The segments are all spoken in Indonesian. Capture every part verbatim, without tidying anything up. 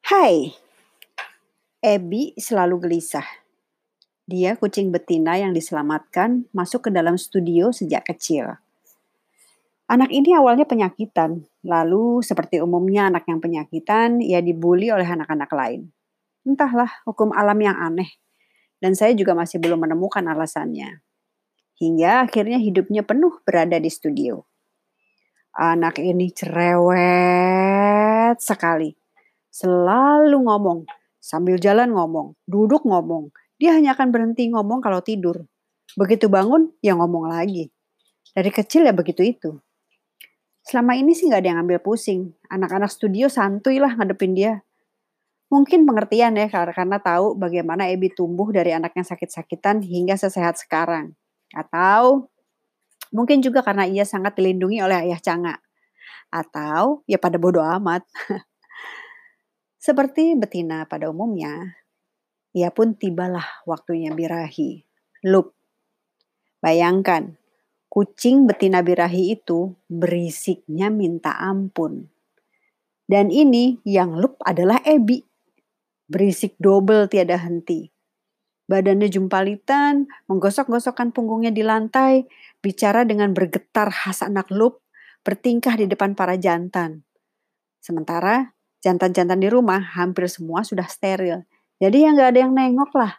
Hai, Abby selalu gelisah. Dia kucing betina yang diselamatkan masuk ke dalam studio sejak kecil. Anak ini awalnya penyakitan, lalu seperti umumnya anak yang penyakitan, ia dibully oleh anak-anak lain. Entahlah hukum alam yang aneh, dan saya juga masih belum menemukan alasannya. Hingga akhirnya hidupnya penuh berada di studio. Anak ini cerewet sekali. Selalu ngomong, sambil jalan ngomong, duduk ngomong. Dia hanya akan berhenti ngomong kalau tidur. Begitu bangun, ya ngomong lagi. Dari kecil ya begitu itu. Selama ini sih gak ada yang ambil pusing. Anak-anak studio santuy lah ngadepin dia. Mungkin pengertian ya, karena tahu bagaimana Abby tumbuh dari anak yang sakit-sakitan hingga sesehat sekarang. Atau mungkin juga karena ia sangat dilindungi oleh ayah canga. Atau ya pada bodoh amat. Seperti betina pada umumnya, ia pun tibalah waktunya birahi. Lup. Bayangkan, kucing betina birahi itu berisiknya minta ampun. Dan ini yang lup adalah Abby. Berisik double tiada henti. Badannya jumpalitan, menggosok-gosokkan punggungnya di lantai, bicara dengan bergetar khas anak lup, bertingkah di depan para jantan. Sementara jantan-jantan di rumah hampir semua sudah steril. Jadi ya gak ada yang nengok lah.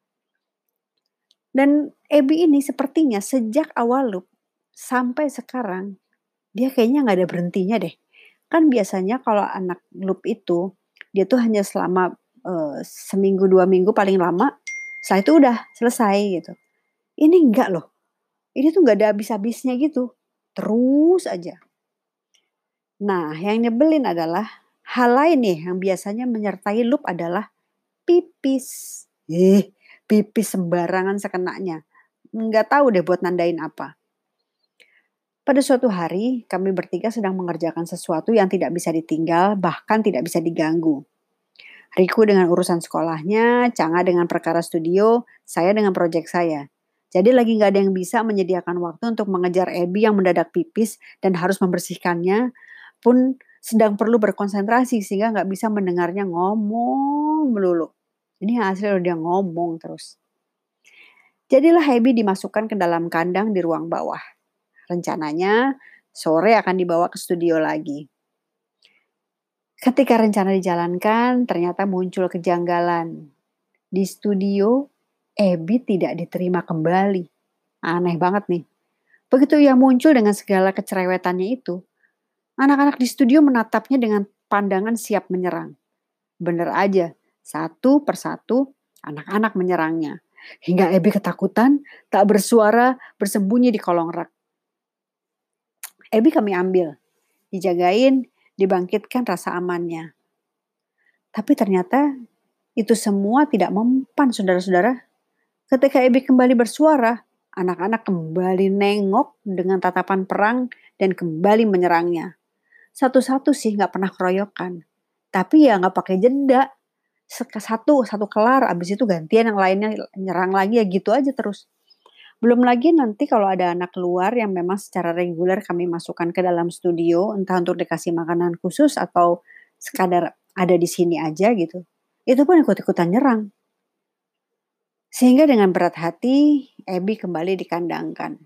Dan Abby ini sepertinya sejak awal loop sampai sekarang, dia kayaknya gak ada berhentinya deh. Kan biasanya kalau anak loop itu, dia tuh hanya selama uh, seminggu dua minggu paling lama, setelah itu udah selesai gitu. Ini enggak loh. Ini tuh gak ada habis-habisnya gitu. Terus aja. Nah, yang nyebelin adalah hal lain nih yang biasanya menyertai loop adalah pipis. Eh, pipis sembarangan sekenanya. Nggak tahu deh buat nandain apa. Pada suatu hari, kami bertiga sedang mengerjakan sesuatu yang tidak bisa ditinggal, bahkan tidak bisa diganggu. Riku dengan urusan sekolahnya, Canga dengan perkara studio, saya dengan proyek saya. Jadi lagi nggak ada yang bisa menyediakan waktu untuk mengejar Abby yang mendadak pipis dan harus membersihkannya, pun sedang perlu berkonsentrasi sehingga nggak bisa mendengarnya ngomong melulu. Ini hasil dia ngomong terus. Jadilah Abby dimasukkan ke dalam kandang di ruang bawah. Rencananya sore akan dibawa ke studio lagi. Ketika rencana dijalankan, ternyata muncul kejanggalan. Di studio, Abby tidak diterima kembali. Aneh banget nih. Begitu ia muncul dengan segala kecerewetannya itu, anak-anak di studio menatapnya dengan pandangan siap menyerang. Bener aja, satu persatu anak-anak menyerangnya. Hingga Abby ketakutan, tak bersuara, bersembunyi di kolong rak. Abby kami ambil, dijagain, dibangkitkan rasa amannya. Tapi ternyata itu semua tidak mempan, saudara-saudara. Ketika Abby kembali bersuara, anak-anak kembali nengok dengan tatapan perang dan kembali menyerangnya. Satu-satu sih gak pernah keroyokan. Tapi ya gak pakai jeda. Satu, satu kelar, abis itu gantian yang lainnya nyerang lagi ya gitu aja terus. Belum lagi nanti kalau ada anak luar yang memang secara reguler kami masukkan ke dalam studio, entah untuk dikasih makanan khusus atau sekadar ada di sini aja gitu. Itu pun ikut-ikutan nyerang. Sehingga dengan berat hati, Abby kembali dikandangkan.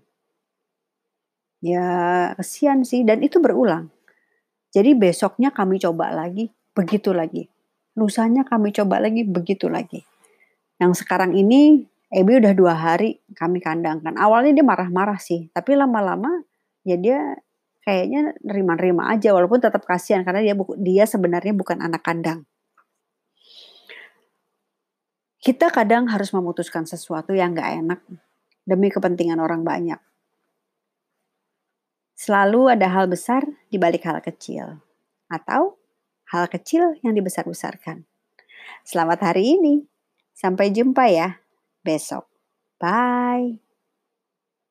Ya kesian sih, dan itu berulang. Jadi besoknya kami coba lagi, begitu lagi. Lusanya kami coba lagi, begitu lagi. Yang sekarang ini, Abby udah dua hari kami kandangkan. Awalnya dia marah-marah sih, tapi lama-lama ya dia kayaknya nerima-nerima aja. Walaupun tetap kasihan, karena dia, dia sebenarnya bukan anak kandang. Kita kadang harus memutuskan sesuatu yang gak enak demi kepentingan orang banyak. Selalu ada hal besar di balik hal kecil. Atau hal kecil yang dibesar-besarkan. Selamat hari ini. Sampai jumpa ya besok. Bye.